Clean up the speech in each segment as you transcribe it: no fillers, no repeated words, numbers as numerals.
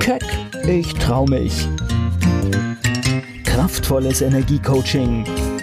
Keck, ich trau mich. Kraftvolles Energiecoaching.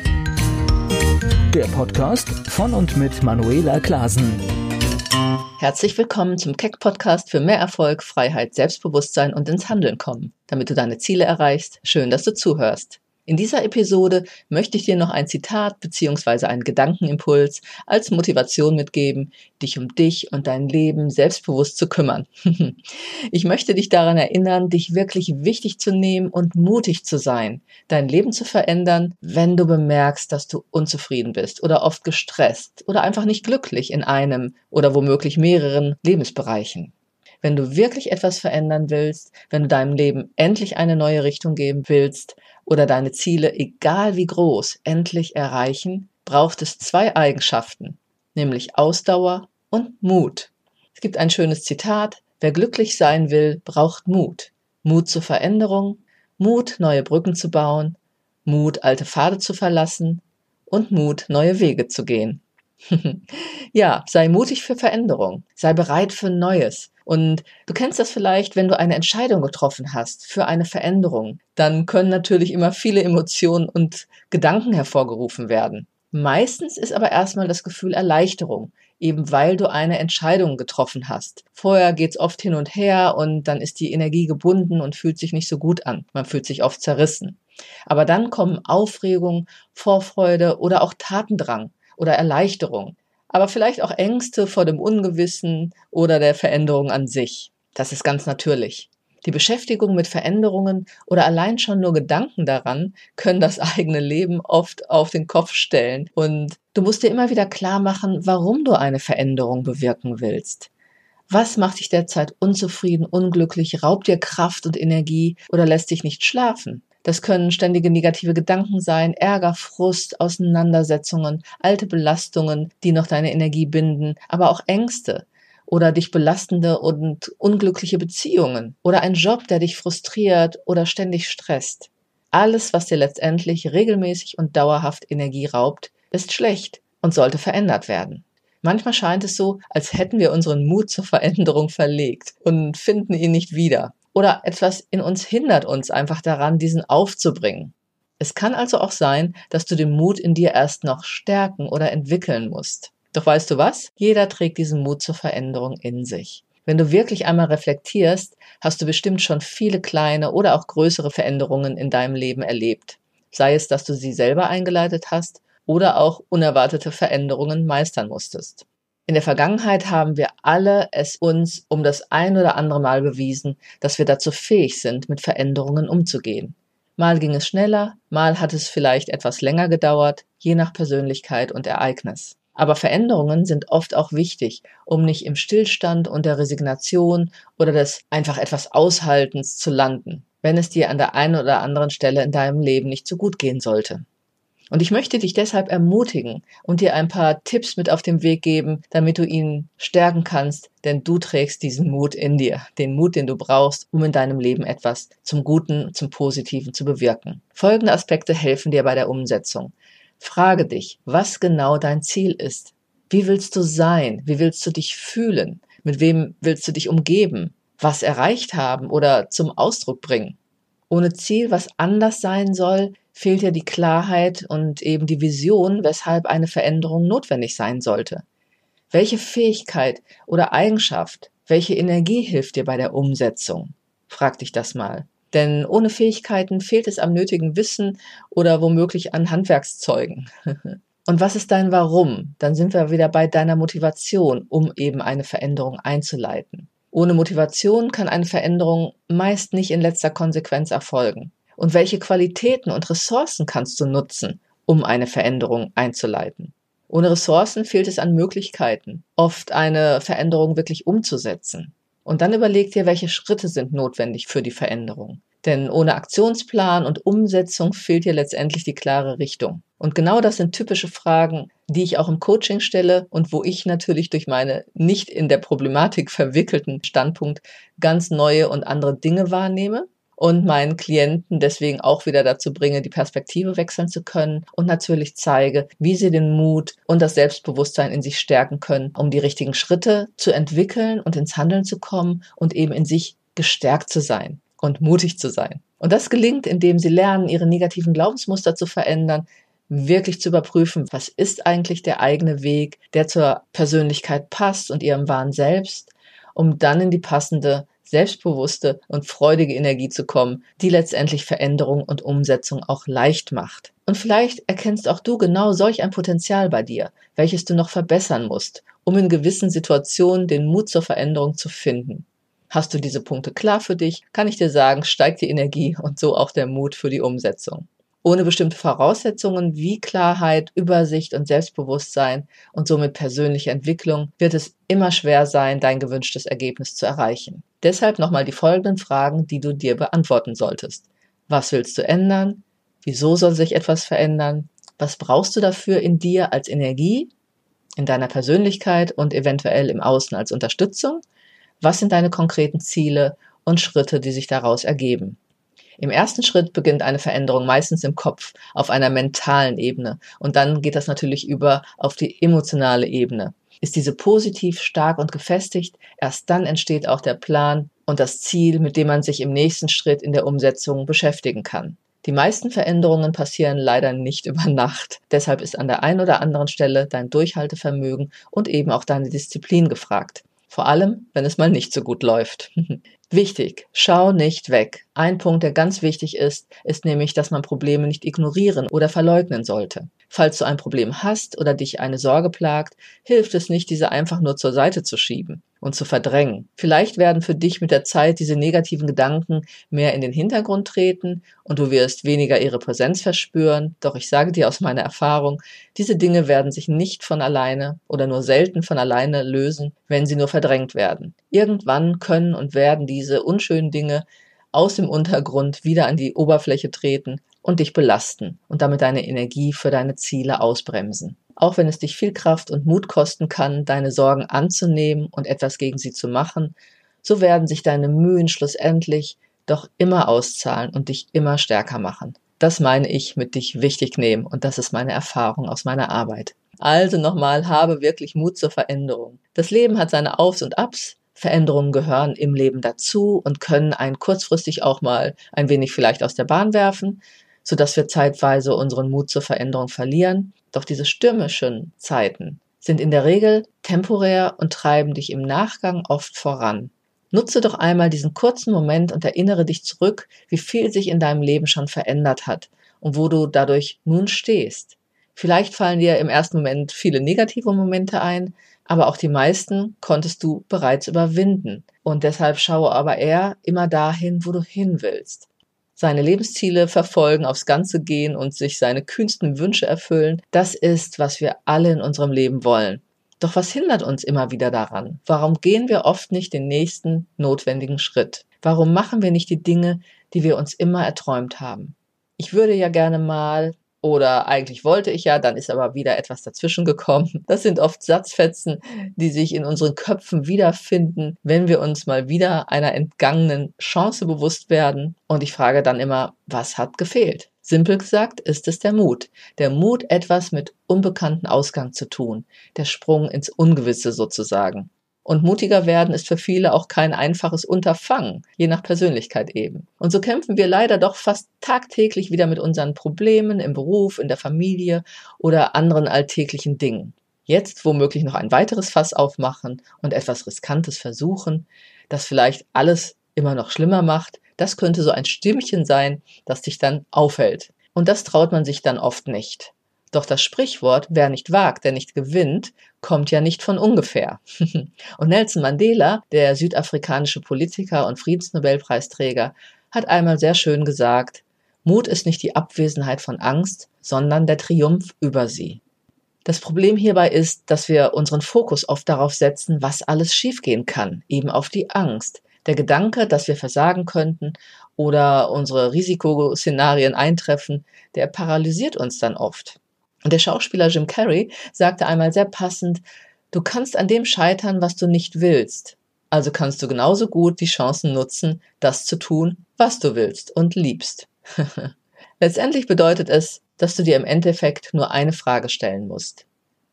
Der Podcast von und mit Manuela Klasen. Herzlich willkommen zum Keck-Podcast für mehr Erfolg, Freiheit, Selbstbewusstsein und ins Handeln kommen, damit du deine Ziele erreichst. Schön, dass du zuhörst. In dieser Episode möchte ich dir noch ein Zitat bzw. einen Gedankenimpuls als Motivation mitgeben, dich um dich und dein Leben selbstbewusst zu kümmern. Ich möchte dich daran erinnern, dich wirklich wichtig zu nehmen und mutig zu sein, dein Leben zu verändern, wenn du bemerkst, dass du unzufrieden bist oder oft gestresst oder einfach nicht glücklich in einem oder womöglich mehreren Lebensbereichen. Wenn du wirklich etwas verändern willst, wenn du deinem Leben endlich eine neue Richtung geben willst oder deine Ziele, egal wie groß, endlich erreichen, braucht es zwei Eigenschaften, nämlich Ausdauer und Mut. Es gibt ein schönes Zitat: Wer glücklich sein will, braucht Mut. Mut zur Veränderung, Mut, neue Brücken zu bauen, Mut, alte Pfade zu verlassen und Mut, neue Wege zu gehen. Ja, sei mutig für Veränderung, sei bereit für Neues. Und du kennst das vielleicht, wenn du eine Entscheidung getroffen hast für eine Veränderung, dann können natürlich immer viele Emotionen und Gedanken hervorgerufen werden. Meistens ist aber erstmal das Gefühl Erleichterung, eben weil du eine Entscheidung getroffen hast. Vorher geht's oft hin und her und dann ist die Energie gebunden und fühlt sich nicht so gut an. Man fühlt sich oft zerrissen. Aber dann kommen Aufregung, Vorfreude oder auch Tatendrang oder Erleichterung, aber vielleicht auch Ängste vor dem Ungewissen oder der Veränderung an sich. Das ist ganz natürlich. Die Beschäftigung mit Veränderungen oder allein schon nur Gedanken daran können das eigene Leben oft auf den Kopf stellen. Und du musst dir immer wieder klar machen, warum du eine Veränderung bewirken willst. Was macht dich derzeit unzufrieden, unglücklich, raubt dir Kraft und Energie oder lässt dich nicht schlafen? Das können ständige negative Gedanken sein, Ärger, Frust, Auseinandersetzungen, alte Belastungen, die noch deine Energie binden, aber auch Ängste oder dich belastende und unglückliche Beziehungen oder ein Job, der dich frustriert oder ständig stresst. Alles, was dir letztendlich regelmäßig und dauerhaft Energie raubt, ist schlecht und sollte verändert werden. Manchmal scheint es so, als hätten wir unseren Mut zur Veränderung verlegt und finden ihn nicht wieder. Oder etwas in uns hindert uns einfach daran, diesen aufzubringen. Es kann also auch sein, dass du den Mut in dir erst noch stärken oder entwickeln musst. Doch weißt du was? Jeder trägt diesen Mut zur Veränderung in sich. Wenn du wirklich einmal reflektierst, hast du bestimmt schon viele kleine oder auch größere Veränderungen in deinem Leben erlebt. Sei es, dass du sie selber eingeleitet hast oder auch unerwartete Veränderungen meistern musstest. In der Vergangenheit haben wir alle es uns um das ein oder andere Mal bewiesen, dass wir dazu fähig sind, mit Veränderungen umzugehen. Mal ging es schneller, mal hat es vielleicht etwas länger gedauert, je nach Persönlichkeit und Ereignis. Aber Veränderungen sind oft auch wichtig, um nicht im Stillstand und der Resignation oder des einfach etwas Aushaltens zu landen, wenn es dir an der einen oder anderen Stelle in deinem Leben nicht so gut gehen sollte. Und ich möchte dich deshalb ermutigen und dir ein paar Tipps mit auf den Weg geben, damit du ihn stärken kannst, denn du trägst diesen Mut in dir, den Mut, den du brauchst, um in deinem Leben etwas zum Guten, zum Positiven zu bewirken. Folgende Aspekte helfen dir bei der Umsetzung. Frage dich, was genau dein Ziel ist. Wie willst du sein? Wie willst du dich fühlen? Mit wem willst du dich umgeben? Was erreicht haben oder zum Ausdruck bringen? Ohne Ziel, was anders sein soll, fehlt dir die Klarheit und eben die Vision, weshalb eine Veränderung notwendig sein sollte. Welche Fähigkeit oder Eigenschaft, welche Energie hilft dir bei der Umsetzung? Frag dich das mal. Denn ohne Fähigkeiten fehlt es am nötigen Wissen oder womöglich an Handwerkszeugen. Und was ist dein Warum? Dann sind wir wieder bei deiner Motivation, um eben eine Veränderung einzuleiten. Ohne Motivation kann eine Veränderung meist nicht in letzter Konsequenz erfolgen. Und welche Qualitäten und Ressourcen kannst du nutzen, um eine Veränderung einzuleiten? Ohne Ressourcen fehlt es an Möglichkeiten, oft eine Veränderung wirklich umzusetzen. Und dann überleg dir, welche Schritte sind notwendig für die Veränderung. Denn ohne Aktionsplan und Umsetzung fehlt dir letztendlich die klare Richtung. Und genau das sind typische Fragen, die ich auch im Coaching stelle und wo ich natürlich durch meine nicht in der Problematik verwickelten Standpunkt ganz neue und andere Dinge wahrnehme und meinen Klienten deswegen auch wieder dazu bringe, die Perspektive wechseln zu können und natürlich zeige, wie sie den Mut und das Selbstbewusstsein in sich stärken können, um die richtigen Schritte zu entwickeln und ins Handeln zu kommen und eben in sich gestärkt zu sein und mutig zu sein. Und das gelingt, indem sie lernen, ihre negativen Glaubensmuster zu verändern, wirklich zu überprüfen, was ist eigentlich der eigene Weg, der zur Persönlichkeit passt und ihrem wahren Selbst, um dann in die passende, selbstbewusste und freudige Energie zu kommen, die letztendlich Veränderung und Umsetzung auch leicht macht. Und vielleicht erkennst auch du genau solch ein Potenzial bei dir, welches du noch verbessern musst, um in gewissen Situationen den Mut zur Veränderung zu finden. Hast du diese Punkte klar für dich, kann ich dir sagen, steigt die Energie und so auch der Mut für die Umsetzung. Ohne bestimmte Voraussetzungen wie Klarheit, Übersicht und Selbstbewusstsein und somit persönliche Entwicklung wird es immer schwer sein, dein gewünschtes Ergebnis zu erreichen. Deshalb nochmal die folgenden Fragen, die du dir beantworten solltest. Was willst du ändern? Wieso soll sich etwas verändern? Was brauchst du dafür in dir als Energie, in deiner Persönlichkeit und eventuell im Außen als Unterstützung? Was sind deine konkreten Ziele und Schritte, die sich daraus ergeben? Im ersten Schritt beginnt eine Veränderung meistens im Kopf, auf einer mentalen Ebene. Und dann geht das natürlich über auf die emotionale Ebene. Ist diese positiv, stark und gefestigt, erst dann entsteht auch der Plan und das Ziel, mit dem man sich im nächsten Schritt in der Umsetzung beschäftigen kann. Die meisten Veränderungen passieren leider nicht über Nacht. Deshalb ist an der einen oder anderen Stelle dein Durchhaltevermögen und eben auch deine Disziplin gefragt. Vor allem, wenn es mal nicht so gut läuft. Wichtig, schau nicht weg. Ein Punkt, der ganz wichtig ist nämlich, dass man Probleme nicht ignorieren oder verleugnen sollte. Falls du ein Problem hast oder dich eine Sorge plagt, hilft es nicht, diese einfach nur zur Seite zu schieben und zu verdrängen. Vielleicht werden für dich mit der Zeit diese negativen Gedanken mehr in den Hintergrund treten und du wirst weniger ihre Präsenz verspüren. Doch ich sage dir aus meiner Erfahrung, diese Dinge werden sich nicht von alleine oder nur selten von alleine lösen, wenn sie nur verdrängt werden. Irgendwann können und werden diese unschönen Dinge aus dem Untergrund wieder an die Oberfläche treten und dich belasten und damit deine Energie für deine Ziele ausbremsen. Auch wenn es dich viel Kraft und Mut kosten kann, deine Sorgen anzunehmen und etwas gegen sie zu machen, so werden sich deine Mühen schlussendlich doch immer auszahlen und dich immer stärker machen. Das meine ich mit dich wichtig nehmen und das ist meine Erfahrung aus meiner Arbeit. Also nochmal, habe wirklich Mut zur Veränderung. Das Leben hat seine Aufs und Abs. Veränderungen gehören im Leben dazu und können einen kurzfristig auch mal ein wenig vielleicht aus der Bahn werfen, sodass wir zeitweise unseren Mut zur Veränderung verlieren. Doch diese stürmischen Zeiten sind in der Regel temporär und treiben dich im Nachgang oft voran. Nutze doch einmal diesen kurzen Moment und erinnere dich zurück, wie viel sich in deinem Leben schon verändert hat und wo du dadurch nun stehst. Vielleicht fallen dir im ersten Moment viele negative Momente ein, aber auch die meisten konntest du bereits überwinden. Und deshalb schaue aber eher immer dahin, wo du hin willst. Seine Lebensziele verfolgen, aufs Ganze gehen und sich seine kühnsten Wünsche erfüllen, das ist, was wir alle in unserem Leben wollen. Doch was hindert uns immer wieder daran? Warum gehen wir oft nicht den nächsten notwendigen Schritt? Warum machen wir nicht die Dinge, die wir uns immer erträumt haben? Ich würde ja gerne mal, oder eigentlich wollte ich ja, dann ist aber wieder etwas dazwischen gekommen. Das sind oft Satzfetzen, die sich in unseren Köpfen wiederfinden, wenn wir uns mal wieder einer entgangenen Chance bewusst werden. Und ich frage dann immer, was hat gefehlt? Simpel gesagt ist es der Mut. Der Mut, etwas mit unbekannten Ausgang zu tun. Der Sprung ins Ungewisse sozusagen. Und mutiger werden ist für viele auch kein einfaches Unterfangen, je nach Persönlichkeit eben. Und so kämpfen wir leider doch fast tagtäglich wieder mit unseren Problemen im Beruf, in der Familie oder anderen alltäglichen Dingen. Jetzt womöglich noch ein weiteres Fass aufmachen und etwas Riskantes versuchen, das vielleicht alles immer noch schlimmer macht, das könnte so ein Stimmchen sein, das dich dann aufhält. Und das traut man sich dann oft nicht. Doch das Sprichwort, wer nicht wagt, der nicht gewinnt, kommt ja nicht von ungefähr. Und Nelson Mandela, der südafrikanische Politiker und Friedensnobelpreisträger, hat einmal sehr schön gesagt, Mut ist nicht die Abwesenheit von Angst, sondern der Triumph über sie. Das Problem hierbei ist, dass wir unseren Fokus oft darauf setzen, was alles schiefgehen kann, eben auf die Angst. Der Gedanke, dass wir versagen könnten oder unsere Risikoszenarien eintreffen, der paralysiert uns dann oft. Und der Schauspieler Jim Carrey sagte einmal sehr passend, du kannst an dem scheitern, was du nicht willst. Also kannst du genauso gut die Chancen nutzen, das zu tun, was du willst und liebst. Letztendlich bedeutet es, dass du dir im Endeffekt nur eine Frage stellen musst.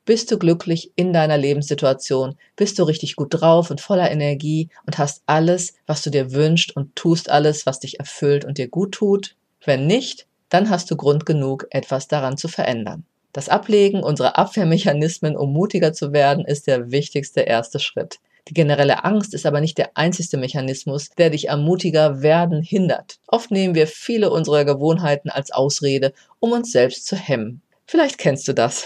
Bist du glücklich in deiner Lebenssituation? Bist du richtig gut drauf und voller Energie und hast alles, was du dir wünschst und tust alles, was dich erfüllt und dir gut tut? Wenn nicht, dann hast du Grund genug, etwas daran zu verändern. Das Ablegen unserer Abwehrmechanismen, um mutiger zu werden, ist der wichtigste erste Schritt. Die generelle Angst ist aber nicht der einzigste Mechanismus, der dich am mutiger werden hindert. Oft nehmen wir viele unserer Gewohnheiten als Ausrede, um uns selbst zu hemmen. Vielleicht kennst du das.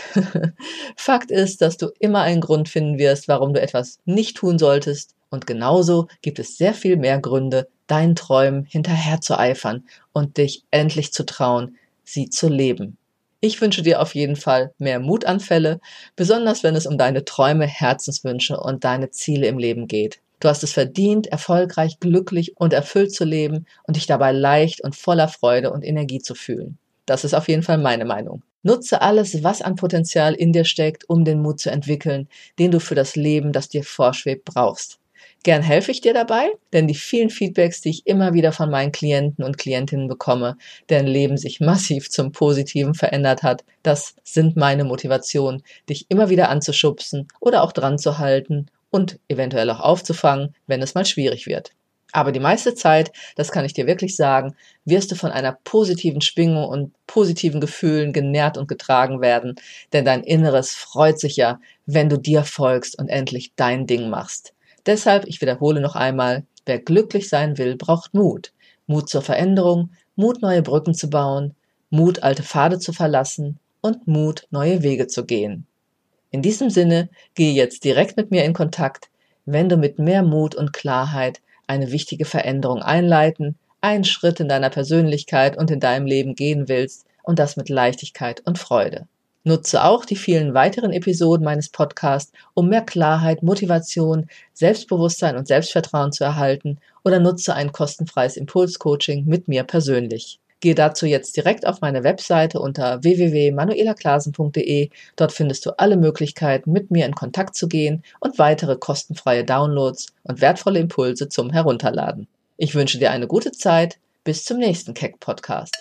Fakt ist, dass du immer einen Grund finden wirst, warum du etwas nicht tun solltest. Und genauso gibt es sehr viel mehr Gründe, deinen Träumen hinterherzueifern und dich endlich zu trauen, sie zu leben. Ich wünsche dir auf jeden Fall mehr Mutanfälle, besonders wenn es um deine Träume, Herzenswünsche und deine Ziele im Leben geht. Du hast es verdient, erfolgreich, glücklich und erfüllt zu leben und dich dabei leicht und voller Freude und Energie zu fühlen. Das ist auf jeden Fall meine Meinung. Nutze alles, was an Potenzial in dir steckt, um den Mut zu entwickeln, den du für das Leben, das dir vorschwebt, brauchst. Gern helfe ich dir dabei, denn die vielen Feedbacks, die ich immer wieder von meinen Klienten und Klientinnen bekomme, deren Leben sich massiv zum Positiven verändert hat, das sind meine Motivationen, dich immer wieder anzuschubsen oder auch dran zu halten und eventuell auch aufzufangen, wenn es mal schwierig wird. Aber die meiste Zeit, das kann ich dir wirklich sagen, wirst du von einer positiven Schwingung und positiven Gefühlen genährt und getragen werden, denn dein Inneres freut sich ja, wenn du dir folgst und endlich dein Ding machst. Deshalb, ich wiederhole noch einmal, wer glücklich sein will, braucht Mut. Mut zur Veränderung, Mut, neue Brücken zu bauen, Mut, alte Pfade zu verlassen und Mut, neue Wege zu gehen. In diesem Sinne, gehe jetzt direkt mit mir in Kontakt, wenn du mit mehr Mut und Klarheit eine wichtige Veränderung einleiten, einen Schritt in deiner Persönlichkeit und in deinem Leben gehen willst und das mit Leichtigkeit und Freude. Nutze auch die vielen weiteren Episoden meines Podcasts, um mehr Klarheit, Motivation, Selbstbewusstsein und Selbstvertrauen zu erhalten oder nutze ein kostenfreies Impulscoaching mit mir persönlich. Gehe dazu jetzt direkt auf meine Webseite unter www.manuelaklasen.de. Dort findest du alle Möglichkeiten, mit mir in Kontakt zu gehen und weitere kostenfreie Downloads und wertvolle Impulse zum Herunterladen. Ich wünsche dir eine gute Zeit. Bis zum nächsten Keck-Podcast.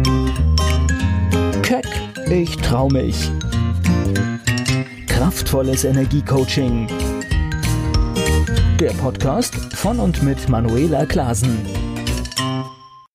Keck, ich trau mich. Kraftvolles Energiecoaching. Der Podcast von und mit Manuela Klasen.